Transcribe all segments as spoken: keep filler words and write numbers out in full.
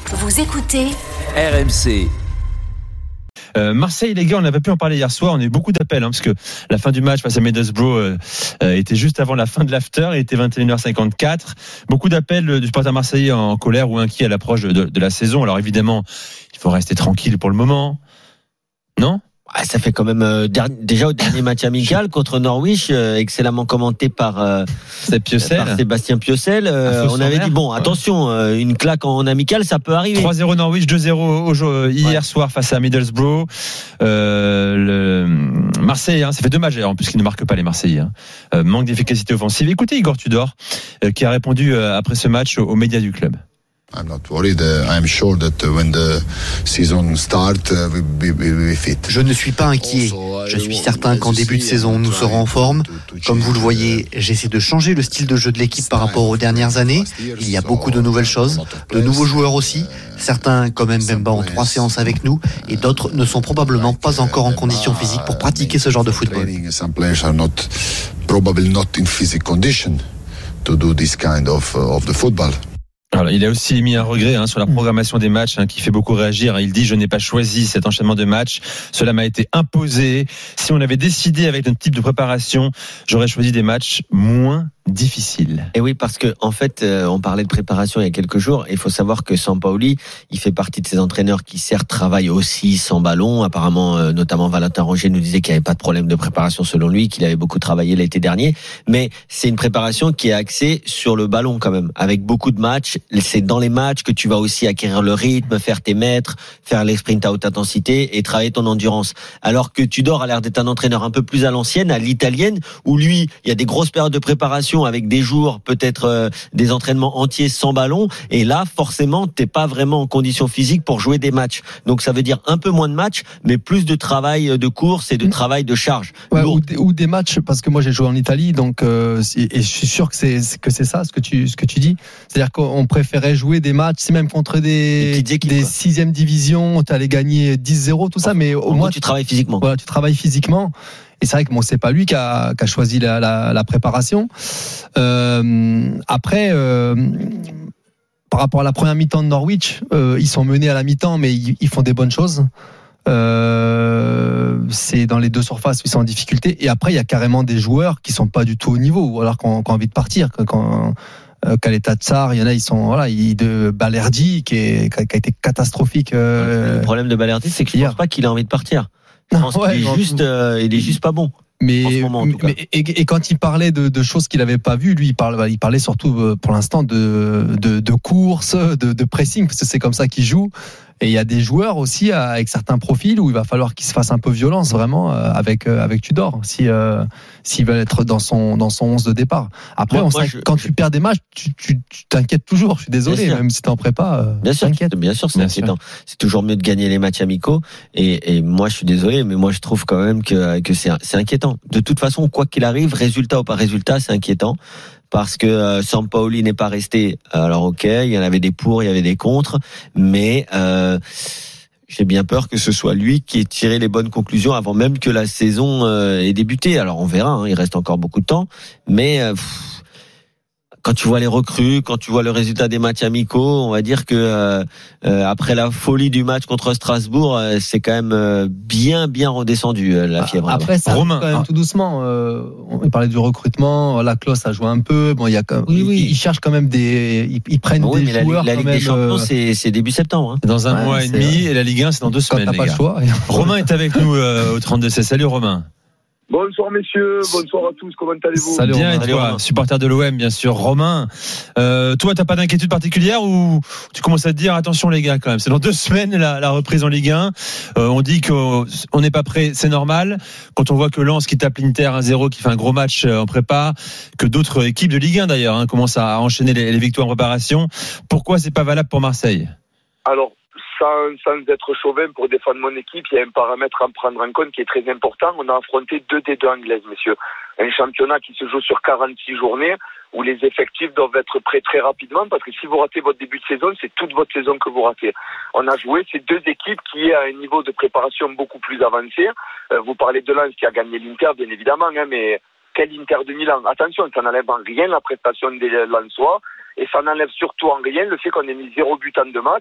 Vous écoutez R M C. Euh, Marseille, les gars, on n'avait pu en parler hier soir. On a eu beaucoup d'appels, hein, parce que la fin du match face à Middlesbrough euh, euh, était juste avant la fin de l'after. Il était vingt et une heures cinquante-quatre. Beaucoup d'appels du supporter marseillais en colère ou inquiet à l'approche de, de la saison. Alors évidemment, il faut rester tranquille pour le moment. Non ? Ah, ça fait quand même euh, der- déjà au dernier match amical contre Norwich, euh, excellemment commenté par, euh, C'est Piocel. par Sébastien Piocel. Euh, on avait dit bon, attention, euh, une claque en amical, ça peut arriver. trois zéro Norwich, deux zéro au jeu, hier ouais. soir face à Middlesbrough. Euh, le Marseille, hein, ça fait deux matchs en plus qu'ils ne marquent pas les Marseillais. Hein. Euh, manque d'efficacité offensive. Écoutez Igor Tudor, euh, qui a répondu euh, après ce match aux, aux médias du club. I'm not worried. Uh, I'm sure that when the season start, uh, we we fit. Je ne suis pas inquiet. Je suis certain qu'en début de saison, nous serons en forme. Comme vous le voyez, j'essaie de changer le style de jeu de l'équipe par rapport aux dernières années. Il y a beaucoup de nouvelles choses, de nouveaux joueurs aussi. Certains, comme Mbemba, ont trois séances avec nous et d'autres ne sont probablement pas encore en condition physique pour pratiquer ce genre de football. Some players are not, probably not in physical condition to do this kind of of the football. Alors, il a aussi émis un regret hein, sur la programmation des matchs hein, qui fait beaucoup réagir. Il dit « Je n'ai pas choisi cet enchaînement de matchs. Cela m'a été imposé. Si on avait décidé avec notre type de préparation, j'aurais choisi des matchs moins difficiles. » Et oui, parce que en fait, euh, on parlait de préparation il y a quelques jours. Il faut savoir que Sampaoli, il fait partie de ces entraîneurs qui certes travaillent aussi sans ballon. Apparemment, euh, notamment Valentin Rongier nous disait qu'il n'y avait pas de problème de préparation selon lui, qu'il avait beaucoup travaillé l'été dernier. Mais c'est une préparation qui est axée sur le ballon quand même, avec beaucoup de matchs. C'est dans les matchs que tu vas aussi acquérir le rythme, faire tes mètres, faire les sprints à haute intensité et travailler ton endurance. Alors que Tudor a l'air d'être un entraîneur un peu plus à l'ancienne, à l'italienne, où lui, il y a des grosses périodes de préparation avec des jours, peut-être euh, des entraînements entiers sans ballon. Et là, forcément, t'es pas vraiment en condition physique pour jouer des matchs. Donc ça veut dire un peu moins de matchs, mais plus de travail de course et de travail de charge. Ouais, ou, des, ou des matchs, parce que moi j'ai joué en Italie, donc euh, et je suis sûr que c'est que c'est ça ce que tu ce que tu dis. C'est-à-dire qu'on préférait jouer des matchs, c'est même contre des, des, des sixième division, tu allais gagner dix zéro, tout ça, mais au moins tu travailles physiquement. Voilà, tu travailles physiquement. Et c'est vrai que bon, c'est pas lui qui a, qui a choisi la, la, la préparation. Euh, après, euh, par rapport à la première mi-temps de Norwich, euh, ils sont menés à la mi-temps, mais ils, ils font des bonnes choses. Euh, c'est dans les deux surfaces où ils sont en difficulté. Et après, il y a carrément des joueurs qui sont pas du tout au niveau, ou alors qui ont, qui ont envie de partir. Quand, Euh, Kaleta Tsar, il y en a, ils sont voilà, il de Balerdi qui, est, qui a été catastrophique. Euh, le problème de Balerdi, c'est qu'il ne pense pas qu'il a envie de partir. Je pense ouais, qu'il est juste, euh, il est juste pas bon. Mais, en ce moment, en tout cas. mais et, et quand il parlait de, de choses qu'il n'avait pas vues, lui, il parlait, il parlait surtout pour l'instant de, de, de course, de, de pressing, parce que c'est comme ça qu'il joue. Et il y a des joueurs aussi avec certains profils où il va falloir qu'ils se fassent un peu violence vraiment avec avec Tudor si euh, s'il veut être dans son dans son onze de départ. Après, moi, on moi, je, quand je... tu perds des matchs, tu, tu, tu t'inquiètes toujours. Je suis désolé, même si t'es en prépa. Euh, bien sûr, t'inquiètes. bien sûr, c'est bien inquiétant. Sûr. C'est toujours mieux de gagner les matchs amicaux. Et, et moi, je suis désolé, mais moi, je trouve quand même que que c'est c'est inquiétant. De toute façon, quoi qu'il arrive, résultat ou pas résultat, c'est inquiétant. Parce que euh, Sampaoli n'est pas resté. Alors ok, il y en avait des pour, il y avait des contre, mais euh, j'ai bien peur que ce soit lui qui ait tiré les bonnes conclusions avant même que la saison euh, ait débuté. Alors on verra, hein, il reste encore beaucoup de temps, mais euh, pff, quand tu vois les recrues, quand tu vois le résultat des matchs amicaux, on va dire que euh, euh, après la folie du match contre Strasbourg, euh, c'est quand même euh, bien bien redescendu euh, la fièvre. Après, ça Romain, quand même tout doucement. Euh, on parlait du recrutement, la Klose a joué un peu. Bon, il y a quand, oui, oui. Ils, ils cherchent quand même des, ils, ils prennent oui, des mais joueurs. La, la Ligue quand même, des Champions, c'est, c'est début septembre. Hein. Dans un ouais, mois et demi, et la Ligue un, c'est dans deux quand semaines. T'as les pas gars. le choix. Romain est avec nous euh, au trente-deux C. Salut Romain. Bonsoir messieurs, bonsoir à tous, comment allez-vous ? Salut bien Romain. et toi, Salut, supporter de l'O M bien sûr. Romain, euh, toi t'as pas d'inquiétude particulière ou tu commences à te dire attention les gars quand même, c'est dans deux semaines la, la reprise en Ligue un, euh, on dit qu'on n'est pas prêt, c'est normal, quand on voit que Lens qui tape l'Inter un zéro, qui fait un gros match en prépa, que d'autres équipes de Ligue un d'ailleurs hein, commencent à enchaîner les, les victoires en préparation, pourquoi c'est pas valable pour Marseille ? Alors Sans, sans être chauvin pour défendre mon équipe, il y a un paramètre à prendre en compte qui est très important. On a affronté deux D deux anglaises, messieurs. Un championnat qui se joue sur quarante-six journées, où les effectifs doivent être prêts très rapidement, parce que si vous ratez votre début de saison, c'est toute votre saison que vous ratez. On a joué ces deux équipes qui est à un niveau de préparation beaucoup plus avancé. Euh, vous parlez de Lens qui a gagné l'Inter, bien évidemment, hein, mais quel Inter de Milan ? Attention, ça n'enlève en rien la prestation des Lensois, et ça n'enlève surtout en rien le fait qu'on ait mis zéro but en deux matchs.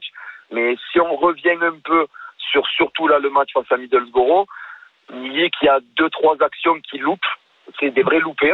Mais si on revient un peu sur surtout là le match face à Middlesbrough, il y a qu'il y a deux trois actions qui loupent, c'est des vrais loupés.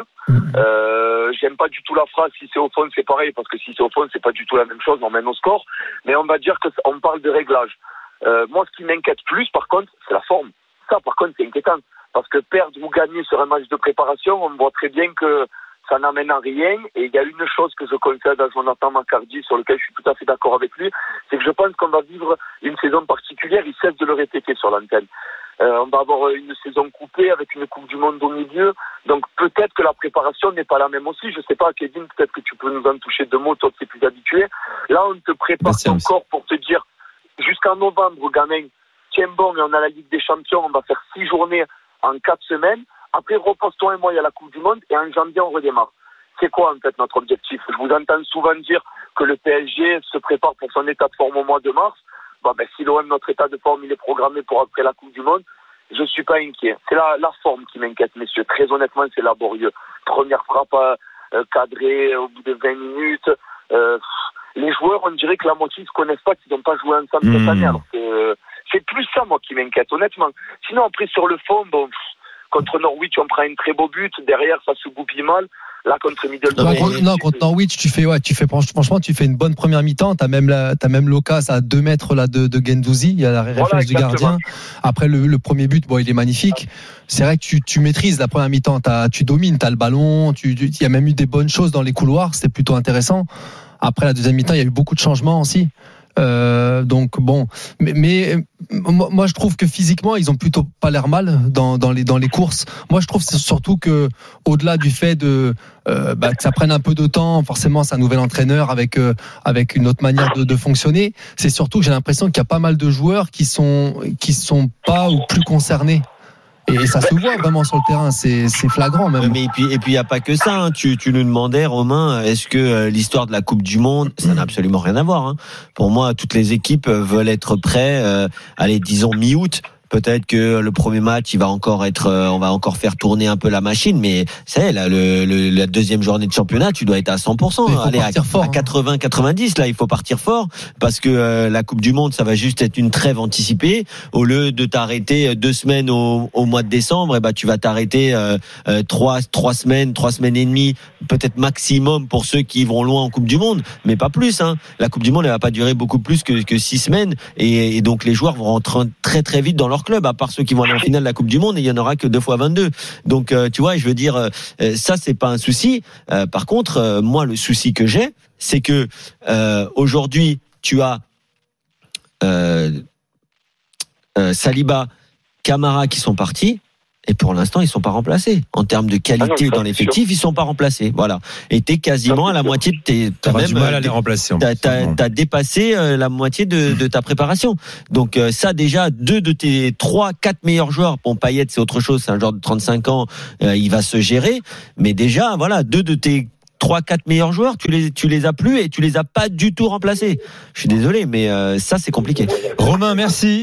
Euh, j'aime pas du tout la phrase si c'est au fond c'est pareil, parce que si c'est au fond c'est pas du tout la même chose, on mène au score, mais on va dire que on parle de réglage. Euh, moi ce qui m'inquiète plus par contre c'est la forme. Ça par contre c'est inquiétant, parce que perdre ou gagner sur un match de préparation, on voit très bien que ça n'amène à rien. Et il y a une chose que je concède à Jonathan Macardy, sur lequel je suis tout à fait d'accord avec lui, c'est que je pense qu'on va vivre une saison particulière. Il cesse de le répéter sur l'antenne. Euh, on va avoir une saison coupée avec une Coupe du Monde au milieu. Donc peut-être que la préparation n'est pas la même aussi. Je sais pas, Kevin, peut-être que tu peux nous en toucher deux mots, toi qui es plus habitué. Là, on te prépare ton corps pour te dire, jusqu'en novembre, gamin, tiens bon, mais on a la Ligue des Champions, on va faire six journées en quatre semaines. Après, repose-toi un mois, il y a la Coupe du Monde, et en janvier, on redémarre. C'est quoi, en fait, notre objectif? Je vous entends souvent dire que le P S G se prépare pour son état de forme au mois de mars. Bon, ben, si l'O M, notre état de forme, il est programmé pour après la Coupe du Monde, je suis pas inquiet. C'est la, la forme qui m'inquiète, messieurs. Très honnêtement, c'est laborieux. Première frappe euh, cadrée au bout de vingt minutes. Euh, les joueurs, on dirait que la moitié ne se connaissent pas, qu'ils n'ont pas joué ensemble mmh. cette année. Alors que, euh, c'est plus ça, moi, qui m'inquiète, honnêtement. Sinon, après, sur le fond, bon... Contre Norwich, on prend un très beau but. Derrière, ça se goupille mal. Là, contre Middlesbrough. Non, contre, non, contre Norwich, tu fais, ouais, tu fais, franchement, tu fais une bonne première mi-temps. T'as même la, t'as même l'occasion à deux mètres, là, de, de Guendouzi. Il y a la réflexe voilà, du gardien. Après, le, le premier but, bon, il est magnifique. C'est vrai que tu, tu maîtrises la première mi-temps. T'as, tu domines, t'as le ballon. Tu, tu, il y a même eu des bonnes choses dans les couloirs. C'était plutôt intéressant. Après, la deuxième mi-temps, il y a eu beaucoup de changements aussi. Euh, donc bon, mais, mais moi je trouve que physiquement ils ont plutôt pas l'air mal dans, dans les dans les courses. Moi je trouve c'est surtout que au-delà du fait de euh, bah, que ça prenne un peu de temps, forcément c'est un nouvel entraîneur avec euh, avec une autre manière de, de fonctionner. C'est surtout que j'ai l'impression qu'il y a pas mal de joueurs qui sont qui sont pas ou plus concernés. Et ça se voit vraiment sur le terrain, c'est, c'est flagrant même. Mais et puis et puis il y a pas que ça. Hein. Tu tu nous demandais, Romain, est-ce que euh, l'histoire de la Coupe du Monde, ça n'a absolument rien à voir. Hein. Pour moi, toutes les équipes veulent être prêtes. Euh, allez, disons mi-août. Peut-être que le premier match, il va encore être, on va encore faire tourner un peu la machine, mais c'est là le, le la deuxième journée de championnat, tu dois être à cent pour cent. Allez, à, fort, à quatre-vingts quatre-vingt-dix, là, il faut partir fort parce que euh, la Coupe du Monde, ça va juste être une trêve anticipée. Au lieu de t'arrêter deux semaines au, au mois de décembre, et ben tu vas t'arrêter euh, euh, trois trois semaines, trois semaines et demie, peut-être maximum pour ceux qui vont loin en Coupe du Monde, mais pas plus. Hein. La Coupe du Monde, elle va pas durer beaucoup plus que que six semaines, et, et donc les joueurs vont rentrer très très vite dans leur club, à part ceux qui vont aller en finale de la Coupe du Monde, et il y en aura que deux fois vingt-deux. Donc euh, tu vois, je veux dire, euh, ça c'est pas un souci. Euh, par contre, euh, moi le souci que j'ai, c'est que euh, aujourd'hui tu as euh, euh, Saliba, Camara qui sont partis. Et pour l'instant, ils sont pas remplacés. En termes de qualité ah non, dans l'effectif, ils sont pas remplacés. Voilà. Et t'es quasiment à la moitié de tes. T'as même du mal à les remplacer. T'as, t'as, t'as dépassé la moitié de, de ta préparation. Donc ça, déjà, deux de tes trois, quatre meilleurs joueurs. Bon, Payet, c'est autre chose. C'est un joueur de trente-cinq ans. Euh, il va se gérer. Mais déjà, voilà, deux de tes trois, quatre meilleurs joueurs, tu les, tu les as plus et tu les as pas du tout remplacés. Je suis désolé, mais euh, ça, c'est compliqué. Romain, merci.